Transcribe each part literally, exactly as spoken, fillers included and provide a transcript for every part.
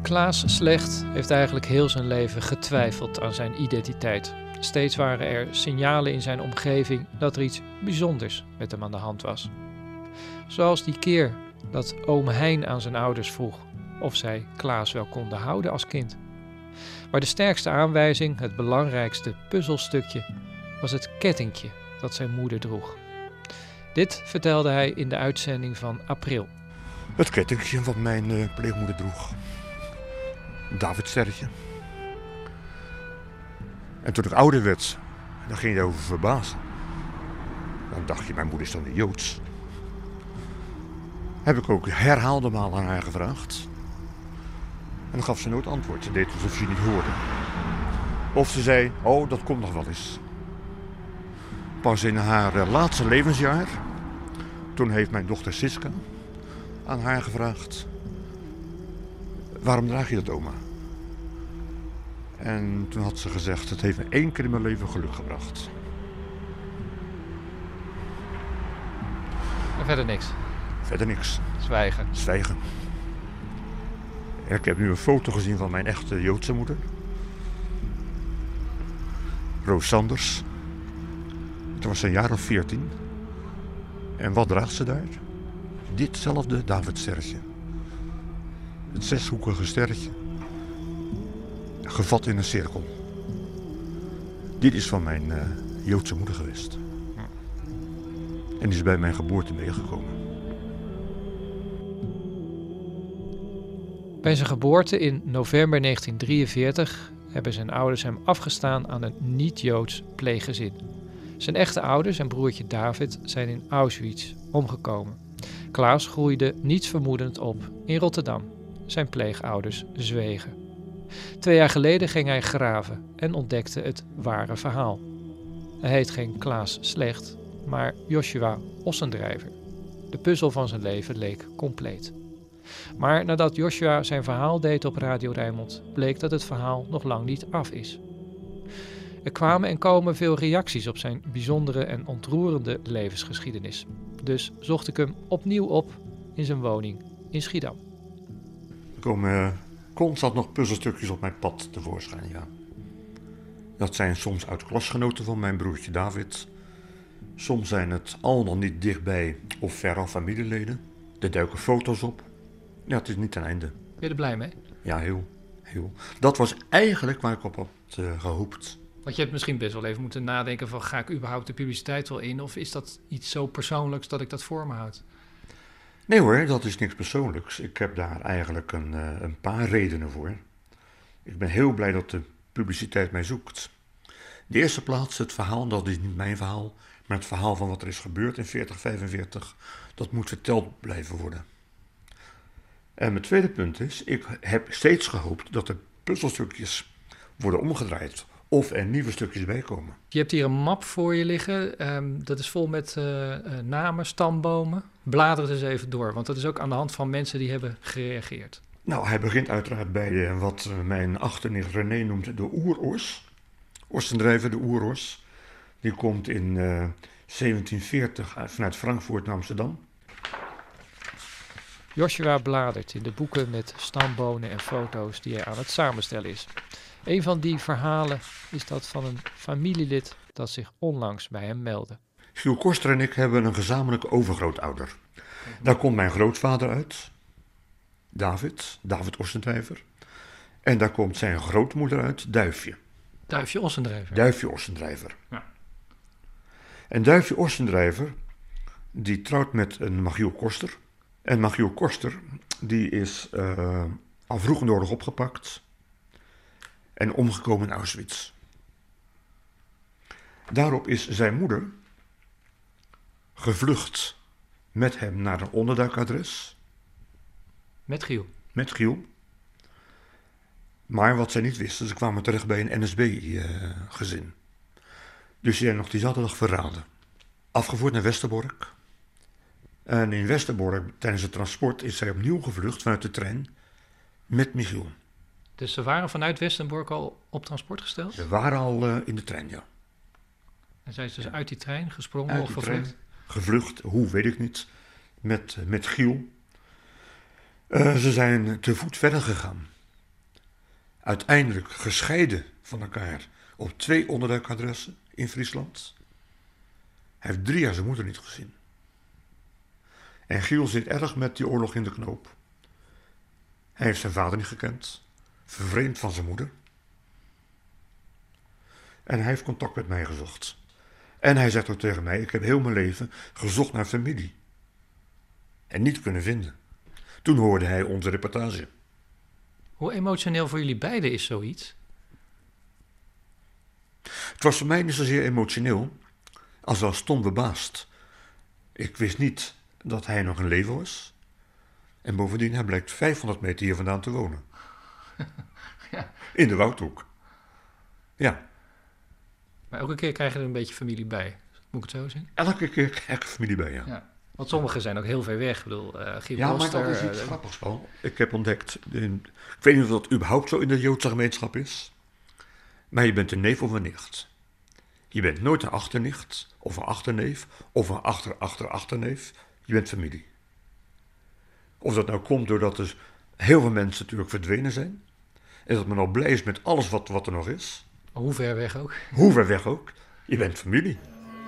Klaas Slecht heeft eigenlijk heel zijn leven getwijfeld aan zijn identiteit. Steeds waren er signalen in zijn omgeving dat er iets bijzonders met hem aan de hand was. Zoals die keer dat oom Hein aan zijn ouders vroeg of zij Klaas wel konden houden als kind. Maar de sterkste aanwijzing, het belangrijkste puzzelstukje, was het kettingje dat zijn moeder droeg. Dit vertelde hij in de uitzending van april. Het kettingje wat mijn uh, pleegmoeder droeg. Davidsterretje. En toen ik ouder werd, dan ging je over verbazen. Dan dacht je, mijn moeder is dan niet Joods. Heb ik ook herhaalde malen aan haar gevraagd. En dan gaf ze nooit antwoord. Ze deed alsof ze niet hoorde. Of ze zei, oh, dat komt nog wel eens. Pas in haar uh, laatste levensjaar, toen heeft mijn dochter Siska aan haar gevraagd, waarom draag je dat, oma? En toen had ze gezegd, het heeft me één keer in mijn leven geluk gebracht. En verder niks? Verder niks. Zwijgen? Zwijgen. Ik heb nu een foto gezien van mijn echte Joodse moeder. Roos Sanders. Toen was ze een jaar of veertien. En wat draagt ze daar? Ditzelfde Davidsterretje. Het zeshoekige sterretje. Gevat in een cirkel. Dit is van mijn uh, Joodse moeder geweest. En die is bij mijn geboorte meegekomen. Bij zijn geboorte in november negentien drieënveertig hebben zijn ouders hem afgestaan aan een niet-Joods pleeggezin. Zijn echte ouders en broertje David zijn in Auschwitz omgekomen. Klaas groeide nietsvermoedend op in Rotterdam. Zijn pleegouders zwegen. Twee jaar geleden ging hij graven en ontdekte het ware verhaal. Hij heet geen Klaas Slecht, maar Joshua Ossendrijver. De puzzel van zijn leven leek compleet. Maar nadat Joshua zijn verhaal deed op Radio Rijnmond, bleek dat het verhaal nog lang niet af is. Er kwamen en komen veel reacties op zijn bijzondere en ontroerende levensgeschiedenis. Dus zocht ik hem opnieuw op in zijn woning in Schiedam. Er komen uh, constant nog puzzelstukjes op mijn pad tevoorschijn, ja. Dat zijn soms oud-klasgenoten van mijn broertje David. Soms zijn het allemaal niet dichtbij of veraf familieleden. Er duiken foto's op. Ja, het is niet ten einde. Ben je er blij mee? Ja, heel. heel. Dat was eigenlijk waar ik op had uh, gehoopt. Want je hebt misschien best wel even moeten nadenken van, ga ik überhaupt de publiciteit wel in? Of is dat iets zo persoonlijks dat ik dat voor me houd? Nee hoor, dat is niks persoonlijks. Ik heb daar eigenlijk een, uh, een paar redenen voor. Ik ben heel blij dat de publiciteit mij zoekt. De eerste plaats, het verhaal, dat is niet mijn verhaal, maar het verhaal van wat er is gebeurd in veertig vijfenveertig, dat moet verteld blijven worden. En mijn tweede punt is, ik heb steeds gehoopt dat de puzzelstukjes worden omgedraaid of er nieuwe stukjes bij komen. Je hebt hier een map voor je liggen, um, dat is vol met uh, uh, namen, stambomen. Blader het eens even door, want dat is ook aan de hand van mensen die hebben gereageerd. Nou, hij begint uiteraard bij de, wat mijn achternicht René noemt de oerors. Ossendrijver, de oerors. Die komt in uh, zeventien veertig vanuit Frankfurt naar Amsterdam. Joshua bladert in de boeken met stambonen en foto's die hij aan het samenstellen is. Een van die verhalen is dat van een familielid dat zich onlangs bij hem meldde. Giel Koster en ik hebben een gezamenlijke overgrootouder. Daar komt mijn grootvader uit, David, David Ossendrijver. En daar komt zijn grootmoeder uit, Duifje. Duifje Ossendrijver? Duifje Ossendrijver. Ja. En Duifje Ossendrijver, die trouwt met een Magiel Koster. En Magiel Koster, die is uh, al vroeg in de oorlog opgepakt en omgekomen in Auschwitz. Daarop is zijn moeder gevlucht met hem naar een onderduikadres. Met Giel? Met Giel. Maar wat zij niet wisten, ze kwamen terecht bij een N S B-gezin. Uh, dus zij nog diezelfde dag verraden. Afgevoerd naar Westerbork. En in Westerbork, tijdens het transport, is zij opnieuw gevlucht vanuit de trein met Michiel. Dus ze waren vanuit Westerbork al op transport gesteld? Ze waren al uh, in de trein, ja. En zij is dus ja. uit die trein gesprongen uit of die gevlucht? Trein, gevlucht, hoe weet ik niet, met, met Giel. Uh, ze zijn te voet verder gegaan. Uiteindelijk gescheiden van elkaar op twee onderduikadressen in Friesland. Hij heeft drie jaar zijn moeder niet gezien. En Giel zit erg met die oorlog in de knoop. Hij heeft zijn vader niet gekend, vervreemd van zijn moeder. En hij heeft contact met mij gezocht. En hij zegt ook tegen mij, ik heb heel mijn leven gezocht naar familie. En niet kunnen vinden. Toen hoorde hij onze reportage. Hoe emotioneel voor jullie beiden is zoiets? Het was voor mij niet zozeer emotioneel, als wel stom verbaasd. Ik wist niet dat hij nog in leven was. En bovendien, hij blijkt vijfhonderd meter hier vandaan te wonen. Ja. In de Woudhoek. Ja. Maar elke keer krijg je er een beetje familie bij. Moet ik het zo zien? Elke keer krijg ik familie bij, ja. Ja. Want sommigen zijn ook heel ver weg. Ik bedoel, uh, Giel Ja, maar Koster, dat is iets uh, grappigs wel. Ik heb ontdekt, in, ik weet niet of dat überhaupt zo in de Joodse gemeenschap is. Maar je bent een neef of een nicht. Je bent nooit een achternicht, of een achterneef, of een achter-achter-achterneef. Je bent familie. Of dat nou komt doordat er heel veel mensen natuurlijk verdwenen zijn. En dat men al blij is met alles wat, wat er nog is. Hoe ver weg ook. Hoe ver weg ook. Je bent familie.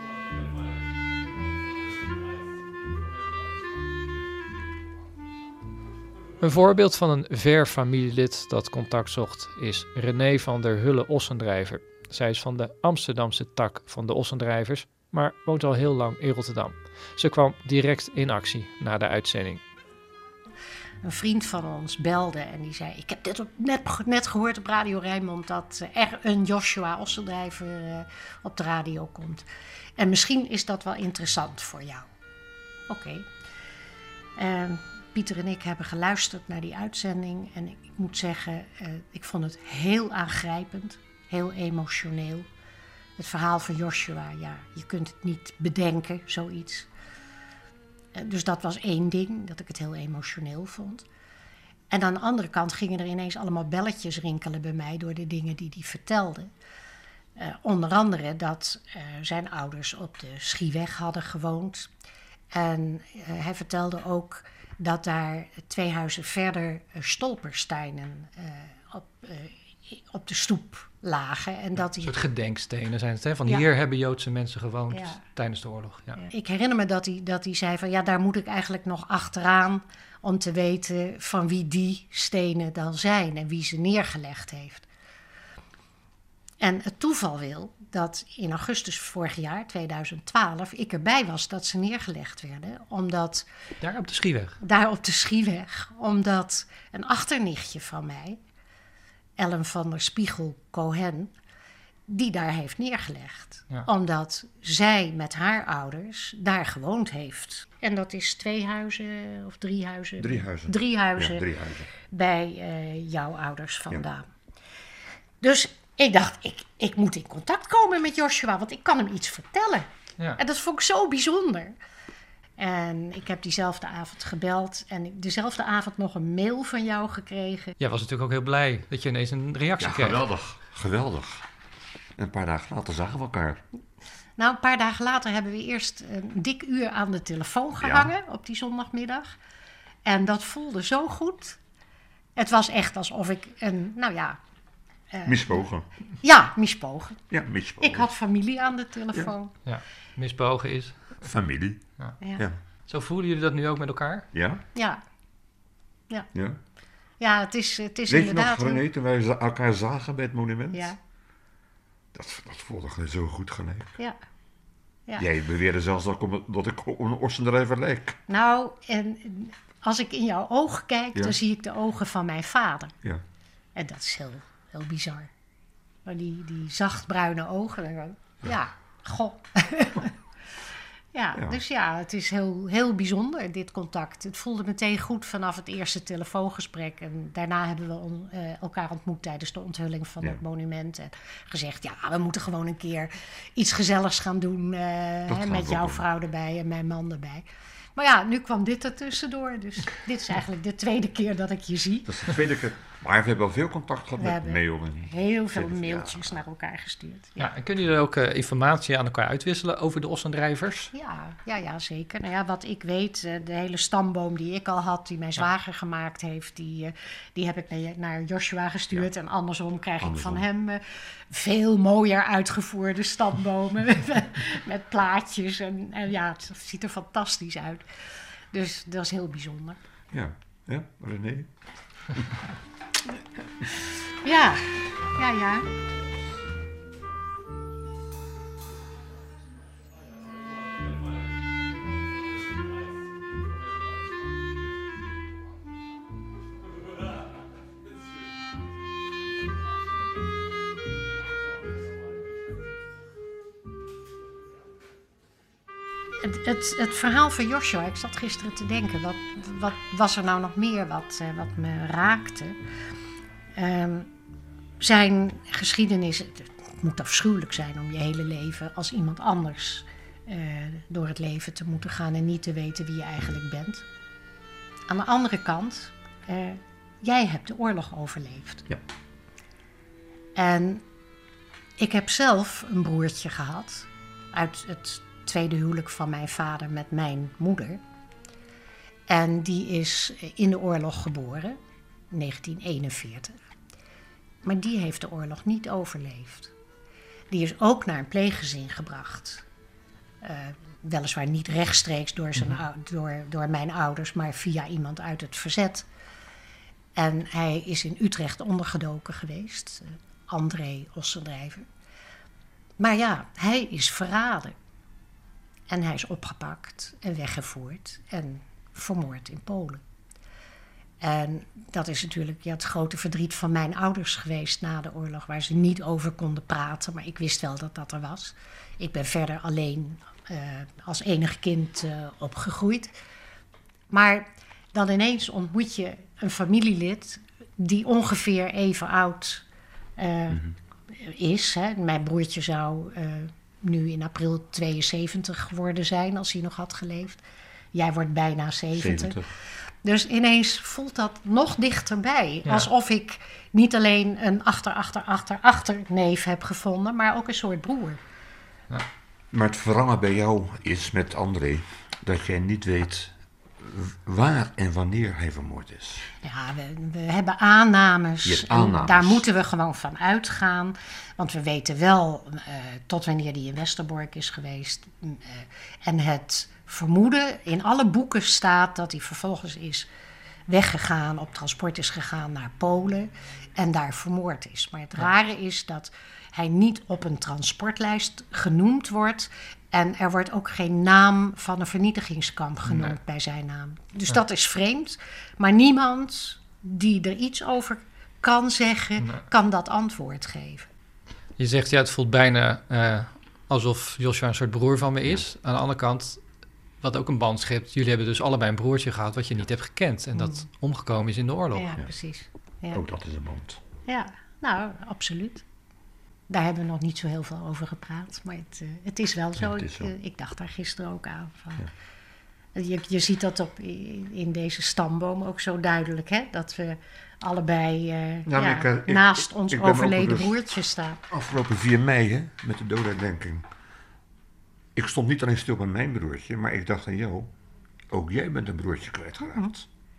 Een voorbeeld van een ver familielid dat contact zocht is René van der Hulle-Ossendrijver. Zij is van de Amsterdamse tak van de Ossendrijvers, maar woont al heel lang in Rotterdam. Ze kwam direct in actie na de uitzending. Een vriend van ons belde en die zei, ik heb dit op, net, net gehoord op Radio Rijnmond dat er een Joshua Ossendrijver uh, op de radio komt. En misschien is dat wel interessant voor jou. Oké. Okay. Uh, Pieter en ik hebben geluisterd naar die uitzending en ik, ik moet zeggen, uh, ik vond het heel aangrijpend, heel emotioneel. Het verhaal van Joshua, ja, je kunt het niet bedenken, zoiets. Uh, dus dat was één ding, dat ik het heel emotioneel vond. En aan de andere kant gingen er ineens allemaal belletjes rinkelen bij mij door de dingen die hij vertelde. Uh, onder andere dat uh, zijn ouders op de Schieweg hadden gewoond. En uh, hij vertelde ook dat daar twee huizen verder uh, stolpersteinen uh, op, uh, op de stoep lagen. En Ja, dat een hij... soort gedenkstenen zijn het, hè? Van Ja. Hier hebben Joodse mensen gewoond Ja. tijdens de oorlog. Ja. Ik herinner me dat hij, dat hij zei van ja, daar moet ik eigenlijk nog achteraan om te weten van wie die stenen dan zijn en wie ze neergelegd heeft. En het toeval wil dat in augustus vorig jaar, tweeduizend twaalf, ik erbij was dat ze neergelegd werden. Omdat Daar op de Schieweg. daar op de Schieweg, omdat een achternichtje van mij, Ellen van der Spiegel Cohen, die daar heeft neergelegd. Ja. Omdat zij met haar ouders daar gewoond heeft. En dat is twee huizen of drie huizen? Drie huizen. Drie huizen, Ja, drie huizen. bij uh, jouw ouders vandaan. Ja. Dus ik dacht, ik, ik moet in contact komen met Joshua, want ik kan hem iets vertellen. Ja. En dat vond ik zo bijzonder. En ik heb diezelfde avond gebeld en ik dezelfde avond nog een mail van jou gekregen. Jij was natuurlijk ook heel blij dat je ineens een reactie Ja, kreeg. geweldig. Geweldig. En een paar dagen later zagen we elkaar. Nou, een paar dagen later hebben we eerst een dik uur aan de telefoon gehangen, ja, op die zondagmiddag. En dat voelde zo goed. Het was echt alsof ik een, nou ja... Uh, mispogen. Ja, mispogen. Ja, mispogen. Ik had familie aan de telefoon. Ja, ja. Mispogen is... Familie. Ja. Ja. Ja. Zo voelen jullie dat nu ook met elkaar? Ja? Ja. Ja, Ja. ja het is, het is Weet je inderdaad... nog, René, toen wij elkaar zagen bij het monument? Ja. Dat, dat voelde gewoon zo goed gelijk. Ja. Ja. Jij beweerde zelfs dat ik, om, dat ik op een Ossendrijver lijk. Nou, en als ik in jouw ogen kijk, Ja. dan zie ik de ogen van mijn vader. Ja. En dat is heel, heel bizar. Maar die, die zachtbruine ogen, dan denk ik, ja, goh. ja, Ja. dus ja, het is heel, heel bijzonder, dit contact. Het voelde meteen goed vanaf het eerste telefoongesprek. En daarna hebben we on, uh, elkaar ontmoet tijdens de onthulling van Ja. het monument. En gezegd, ja, we moeten gewoon een keer iets gezelligs gaan doen. Uh, hè, gaan we met ook jouw doen. vrouw erbij en mijn man erbij. Maar ja, nu kwam dit er tussendoor. Dus dit is eigenlijk de tweede keer dat ik je zie. Dat is de tweede keer, Maar we hebben wel veel contact gehad We met hebben mail. En heel veel telefoon. mailtjes naar elkaar gestuurd. Ja, en kunnen jullie ook uh, informatie aan elkaar uitwisselen over de ossendrijvers? Ja, ja, ja, zeker. Nou ja, wat ik weet, uh, de hele stamboom die ik al had, die mijn zwager ja. gemaakt heeft, die, uh, die heb ik naar, naar Joshua gestuurd. Ja. En andersom krijg andersom. ik van hem uh, veel mooier uitgevoerde stambomen met plaatjes. En, en ja, het ziet er fantastisch uit. Dus dat is heel bijzonder. Ja, ja, René? Ja, ja, ja. Het, het, het verhaal van Joshua, ik zat gisteren te denken, wat, wat was er nou nog meer wat, uh, wat me raakte? Um, zijn geschiedenis, het moet afschuwelijk zijn om je hele leven als iemand anders uh, door het leven te moeten gaan en niet te weten wie je eigenlijk bent. Aan de andere kant, uh, jij hebt de oorlog overleefd. Ja. En ik heb zelf een broertje gehad uit het tweede huwelijk van mijn vader met mijn moeder. En die is in de oorlog geboren, negentien eenenveertig. Maar die heeft de oorlog niet overleefd. Die is ook naar een pleeggezin gebracht. Uh, weliswaar niet rechtstreeks door, zijn, mm-hmm. door, door mijn ouders, maar via iemand uit het verzet. En hij is in Utrecht ondergedoken geweest, uh, André Ossendrijver. Maar ja, hij is verraden. En hij is opgepakt en weggevoerd en vermoord in Polen. En dat is natuurlijk ja, het grote verdriet van mijn ouders geweest na de oorlog, waar ze niet over konden praten, maar ik wist wel dat dat er was. Ik ben verder alleen uh, als enig kind uh, opgegroeid. Maar dan ineens ontmoet je een familielid die ongeveer even oud uh, mm-hmm. is. Hè. Mijn broertje zou uh, nu in april tweeënzeventig geworden zijn als hij nog had geleefd. Jij wordt bijna zeventig. zeventig. Dus ineens voelt dat nog dichterbij. Ja. Alsof ik niet alleen een achter, achter, achter, achterneef heb gevonden, maar ook een soort broer. Ja. Maar het verrangen bij jou is met André dat jij niet weet waar en wanneer hij vermoord is. Ja, we, we hebben aannames. Je hebt aannames. Daar moeten we gewoon van uitgaan. Want we weten wel uh, tot wanneer hij in Westerbork is geweest. Uh, en het vermoeden in alle boeken staat dat hij vervolgens is weggegaan, op transport is gegaan naar Polen en daar vermoord is. Maar het rare is dat hij niet op een transportlijst genoemd wordt en er wordt ook geen naam van een vernietigingskamp genoemd nee. bij zijn naam. Dus ja. dat is vreemd, maar niemand die er iets over kan zeggen, nee. kan dat antwoord geven. Je zegt, ja, het voelt bijna uh, alsof Joshua een soort broer van me is. Aan de andere kant, wat ook een band schept, jullie hebben dus allebei een broertje gehad wat je niet hebt gekend en dat mm. omgekomen is in de oorlog. Ja, ja. precies. Ja. Ook dat is een band. Ja, nou, absoluut. Daar hebben we nog niet zo heel veel over gepraat, maar het, uh, het is wel zo. Ja, is zo. Ik, uh, ik dacht daar gisteren ook aan. Van, ja. je, je ziet dat op, in deze stamboom ook zo duidelijk, hè? Dat we allebei uh, ja, ja, ik, uh, naast ik, ons ik overleden dus broertje staan. Afgelopen vier mei, hè, met de doodherdenking. Ik stond niet alleen stil bij mijn broertje, maar ik dacht aan jou. Ook jij bent een broertje kwijtgeraakt. Mm-hmm.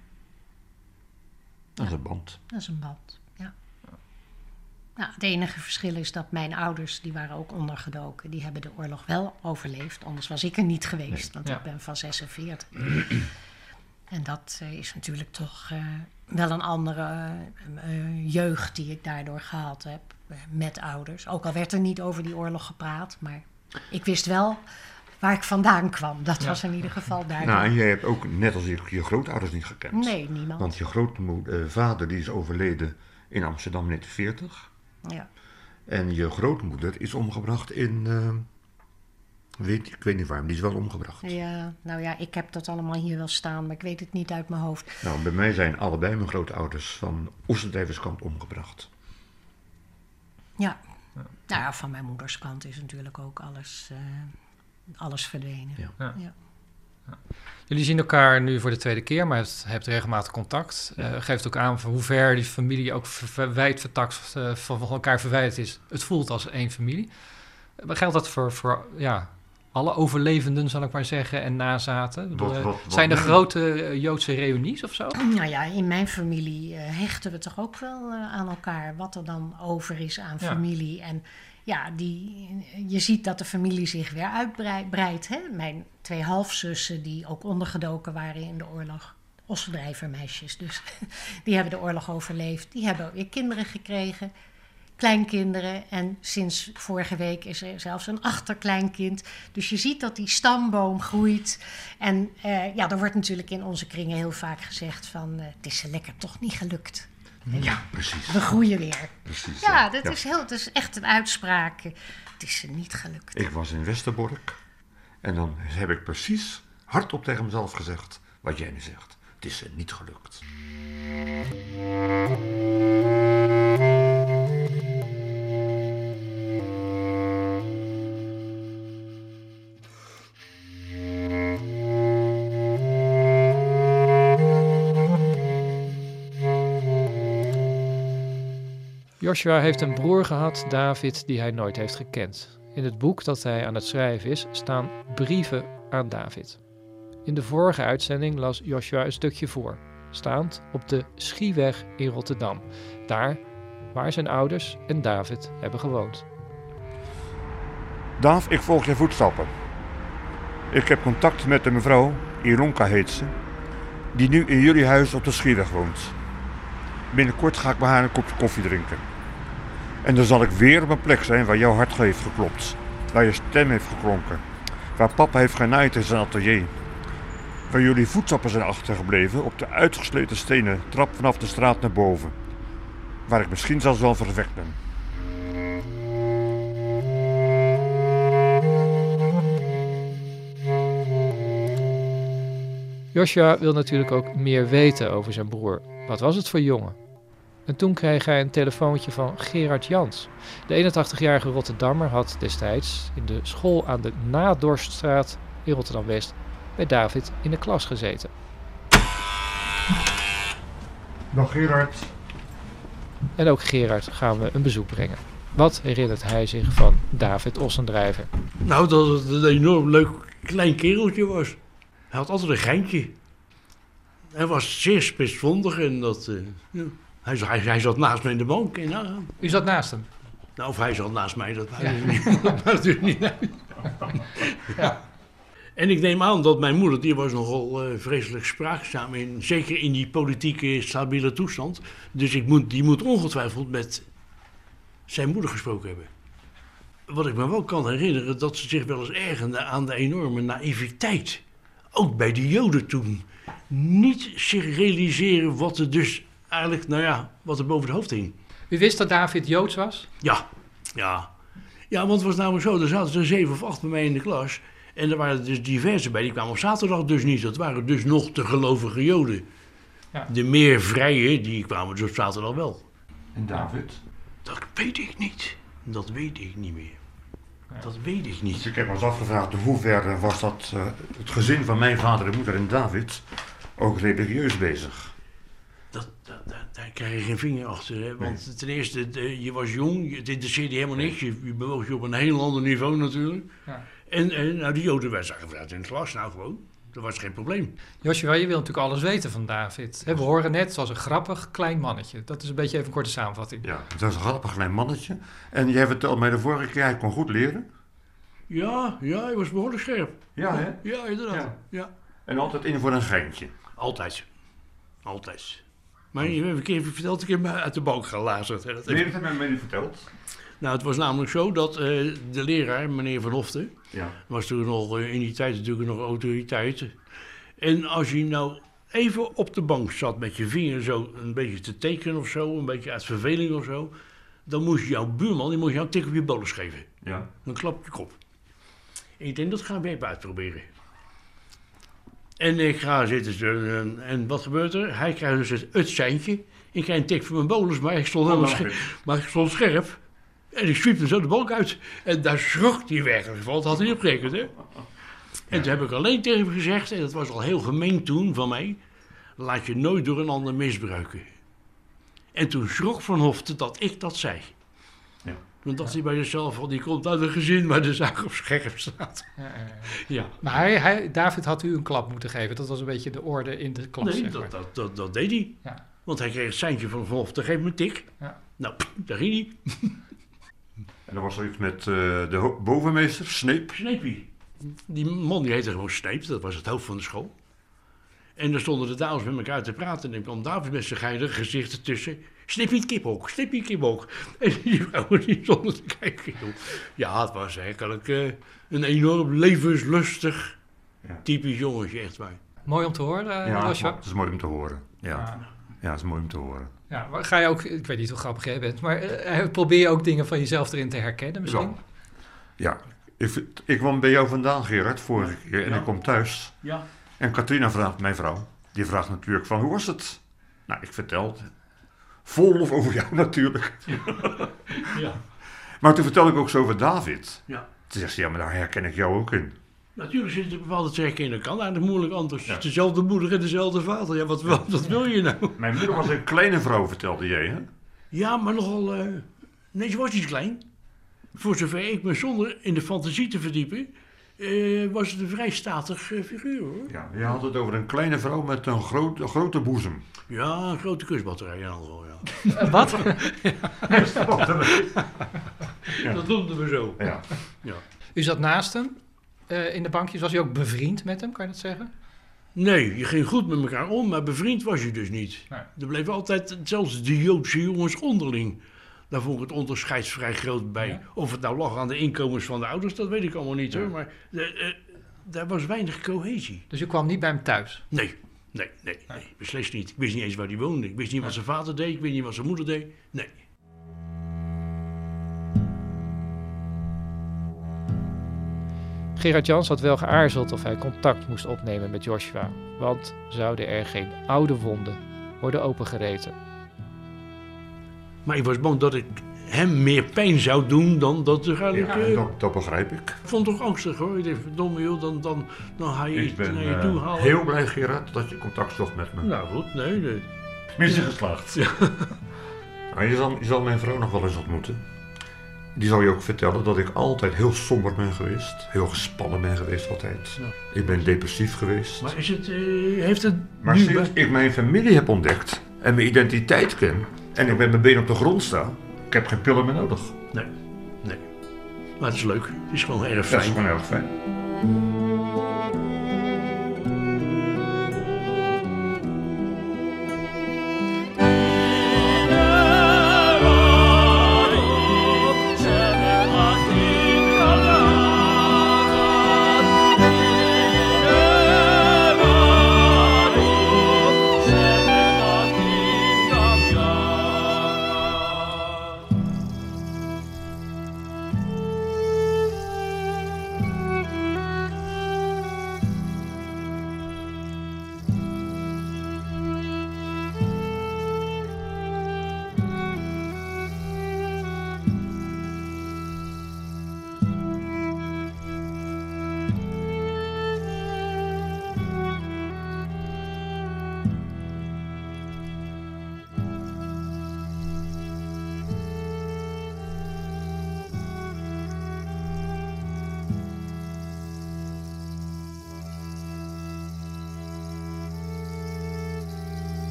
Dat is ja, een band. Dat is een band, ja. Nou, het enige verschil is dat mijn ouders, die waren ook ondergedoken. Die hebben de oorlog wel overleefd, anders was ik er niet geweest. Nee. Want ja. ik ben van zesenveertig. En dat uh, is natuurlijk toch uh, wel een andere uh, jeugd die ik daardoor gehad heb. Uh, met ouders. Ook al werd er niet over die oorlog gepraat, maar ik wist wel waar ik vandaan kwam. Dat ja. was in ieder geval duidelijk. Nou, en jij hebt ook, net als ik, je grootouders niet gekend. Nee, niemand. Want je grootvader uh, die is overleden in Amsterdam in negentien veertig. Ja. En je grootmoeder is omgebracht in... Uh, weet, ik weet niet waarom, die is wel omgebracht. Ja, nou ja, ik heb dat allemaal hier wel staan, maar ik weet het niet uit mijn hoofd. Nou, bij mij zijn allebei mijn grootouders van Oosterdrijverskamp omgebracht. Ja. Ja. Nou ja, van mijn moeders kant is natuurlijk ook alles, uh, alles verdwenen. Ja. Ja. Ja. Ja. Jullie zien elkaar nu voor de tweede keer, maar het hebt regelmatig contact. Uh, geeft ook aan van hoe ver die familie ook verwijt, vertakt, uh, van elkaar verwijderd is. Het voelt als één familie. Maar geldt dat voor, voor ja, alle overlevenden, zal ik maar zeggen, en nazaten? Wat, wat, wat Zijn er grote uh, Joodse reunies of zo? Nou ja, in mijn familie uh, hechten we toch ook wel uh, aan elkaar. Wat er dan over is aan ja. familie. En ja, die, je ziet dat de familie zich weer uitbreidt. Hè? Mijn twee halfzussen die ook ondergedoken waren in de oorlog. Ossendrijvermeisjes dus. Die hebben de oorlog overleefd. Die hebben weer kinderen gekregen. Kleinkinderen. En sinds vorige week is er zelfs een achterkleinkind. Dus je ziet dat die stamboom groeit. En uh, ja, er wordt natuurlijk in onze kringen heel vaak gezegd van... Uh, het is ze lekker toch niet gelukt. Ja, precies. We groeien weer. Precies, ja, ja. Dat, ja. Is heel, dat is echt een uitspraak. Het is ze niet gelukt. Ik was in Westerbork. En dan heb ik precies hardop tegen mezelf gezegd... wat jij nu zegt. Het is ze niet gelukt. Joshua heeft een broer gehad, David, die hij nooit heeft gekend. In het boek dat hij aan het schrijven is, staan brieven aan David. In de vorige uitzending las Joshua een stukje voor, staand op de Schieweg in Rotterdam. Daar waar zijn ouders en David hebben gewoond. Daaf, ik volg je voetstappen. Ik heb contact met de mevrouw, Ilonka heet ze, die nu in jullie huis op de Schieweg woont. Binnenkort ga ik bij haar een kopje koffie drinken. En dan zal ik weer op een plek zijn waar jouw hart heeft geklopt. Waar je stem heeft geklonken. Waar papa heeft genaaid in zijn atelier. Waar jullie voetstappen zijn achtergebleven op de uitgesleten stenen trap vanaf de straat naar boven. Waar ik misschien zelfs wel verwekt ben. Joshua wil natuurlijk ook meer weten over zijn broer. Wat was het voor jongen? En toen kreeg hij een telefoontje van Gerard Jans. De eenentachtigjarige Rotterdammer had destijds in de school aan de Nadorststraat in Rotterdam-West bij David in de klas gezeten. Dag Gerard. En ook Gerard gaan we een bezoek brengen. Wat herinnert hij zich van David Ossendrijver? Nou, dat het een enorm leuk klein kereltje was. Hij had altijd een geintje. Hij was zeer spitsvondig en dat, uh, ja. hij, hij, hij zat naast me in de bank. En, uh, U zat naast hem? Nou, of hij zat naast mij, dat ja. maakt natuurlijk niet uit. Ja. En ik neem aan dat mijn moeder, die was nogal uh, vreselijk spraakzaam, in, zeker in die politieke stabiele toestand. Dus ik moet, die moet ongetwijfeld met zijn moeder gesproken hebben. Wat ik me wel kan herinneren, dat ze zich wel eens ergerde aan de enorme naïviteit. Ook bij de Joden toen. Niet zich realiseren wat er dus eigenlijk, nou ja, wat er boven het hoofd hing. U wist dat David Joods was? Ja, ja. Ja, want het was namelijk zo, er zaten er zeven of acht bij mij in de klas. En er waren dus diverse bij, die kwamen op zaterdag dus niet. Dat waren dus nog de gelovige Joden. Ja. De meer vrije, die kwamen dus op zaterdag wel. En David? Dat weet ik niet. Dat weet ik niet meer. Dat weet ik niet. Dus ik heb me eens afgevraagd, in hoeverre was dat uh, het gezin van mijn vader en moeder en David ook religieus bezig? Dat, dat, dat, daar krijg je geen vinger achter. Hè? Want nee. Ten eerste, de, je was jong, het interesseerde je helemaal niks. Je, je bewoog je op een heel ander niveau natuurlijk. Ja. En, en nou, die Joden werden gevraagd in de klas, nou gewoon. Dat was geen probleem. Joshua, je wil natuurlijk alles weten van David. We horen net, zoals een grappig klein mannetje. Dat is een beetje even een korte samenvatting. Ja, het was een grappig klein mannetje. En jij vertelde mij de vorige keer, hij kon goed leren. Ja, ja, hij was behoorlijk scherp. Ja, hè? Ja, inderdaad. Ja. Ja. En altijd in voor een geintje. Altijd. Altijd. Maar je hebt een keer verteld, ik heb me uit de bank gelazerd. Hè. Dat nee, dat heb je mij niet verteld. Nou, het was namelijk zo dat uh, de leraar, meneer Van Hoften, ja. was toen nog uh, in die tijd natuurlijk nog autoriteit. En als je nou even op de bank zat met je vinger zo een beetje te tekenen of zo, een beetje uit verveling of zo, dan moest jouw buurman, die moest jou een tik op je bolus geven. Ja. Dan klap je kop. En ik denk, dat gaan we even uitproberen. En ik ga zitten en, en wat gebeurt er? Hij krijgt dus het, het seintje. Ik krijg een tik van mijn bolus, maar ik stond, helemaal scherp, maar ik stond scherp. En ik swiepte zo de balk uit. En daar schrok hij werkelijk van. Dat had hij niet opgerekend, hè? En toen heb ik alleen tegen hem gezegd, en dat was al heel gemeen toen van mij, laat je nooit door een ander misbruiken. En toen schrok Van Hofte dat ik dat zei. Ja. Toen dacht hij bij zichzelf van, die komt uit een gezin waar de zaak op scherp staat. Ja, ja, ja. Ja. Maar hij, hij, David had u een klap moeten geven. Dat was een beetje de orde in de klas. Nee, zeg dat, maar. dat, dat, dat deed hij. Ja. Want hij kreeg het seintje van Van Hofte, geef me een tik. Ja. Nou, pff, daar ging hij. En dan was er iets met uh, de ho- bovenmeester, Sneep. Sneepie. Die man die heette gewoon Sneep, dat was het hoofd van de school. En dan stonden de dames met elkaar te praten en dan kwam David met zijn geilige gezicht ertussen. Sneepie het kiphoek, Sneepie het kiphoek. En die vrouwen die stonden te kijken. Joh. Ja, het was eigenlijk uh, een enorm levenslustig, Ja. typisch jongetje, echt waar. Mooi om te horen, uh, Ja, Joshua. het is mooi om te horen. Ja, Ja. ja het is mooi om te horen. Ja, maar ga je ook, ik weet niet hoe grappig jij bent, maar uh, probeer je ook dingen van jezelf erin te herkennen misschien? Zo. Ja, ik, vind- ik kwam bij jou vandaan, Gerard, vorige keer. En Ja. ik kom thuis. Ja. En Katrina vraagt, mijn vrouw, die vraagt natuurlijk van, hoe was het? Nou, ik vertel het. Vol lof over jou natuurlijk. Ja. Maar toen vertelde ik ook zo over David. Ja. Toen zegt ze, ja, maar daar herken ik jou ook in. Natuurlijk zit er bepaalde trekken in, dat kan eigenlijk moeilijk anders. Ja. Het is dezelfde moeder en dezelfde vader. Ja, wat, wat, wat wil je nou? Mijn moeder was een kleine vrouw, vertelde jij, hè? Ja, maar nogal... Uh... Nee, ze was iets klein. Voor zover ik me zonder in de fantasie te verdiepen... Uh, was het een vrij statig uh, figuur, hoor. Ja, je had het over een kleine vrouw met een, groot, een grote boezem. Ja, een grote kusbatterij en al wel, ja. Uh, wat? Ja. Dat noemden we zo. Ja. Ja. U zat naast hem uh, in de bankjes. Was u ook bevriend met hem, kan je dat zeggen? Nee, je ging goed met elkaar om, maar bevriend was je dus niet. Nee. Er bleef altijd, zelfs de Joodse jongens onderling... Daar vond ik het onderscheid vrij groot bij. Ja. Of het nou lag aan de inkomens van de ouders, dat weet ik allemaal niet, Ja. hoor. Maar uh, uh, daar was weinig cohesie. Dus u kwam niet bij hem thuis? Nee, nee, nee, nee, beslist niet. Ik wist niet eens waar hij woonde. Ik wist niet wat zijn vader deed, ik wist niet wat zijn moeder deed. Nee. Gerard Jans had wel geaarzeld of hij contact moest opnemen met Joshua. Want zouden er geen oude wonden worden opengereten? Maar ik was bang dat ik hem meer pijn zou doen dan dat er eigenlijk... Ja, uh, dat, dat begrijp ik. ik vond het toch angstig, hoor. Ik dacht, verdomme joh, dan, dan, dan ga je Ik iets ben naar je uh, toe halen. heel blij, Gerard, dat je contact zocht met me. Nou goed, nee, nee. Missie geslaagd. Ja. Maar je, zal, je zal mijn vrouw nog wel eens ontmoeten. Die zal je ook vertellen dat ik altijd heel somber ben geweest. Heel gespannen ben geweest altijd. Ja. Ik ben depressief geweest. Maar is het, uh, heeft het Maar nu... sinds ik mijn familie heb ontdekt en mijn identiteit ken en ik met mijn been op de grond sta, ik heb geen pillen meer nodig. Nee, nee. Maar het is leuk. Het is gewoon erg Dat fijn. is gewoon erg fijn.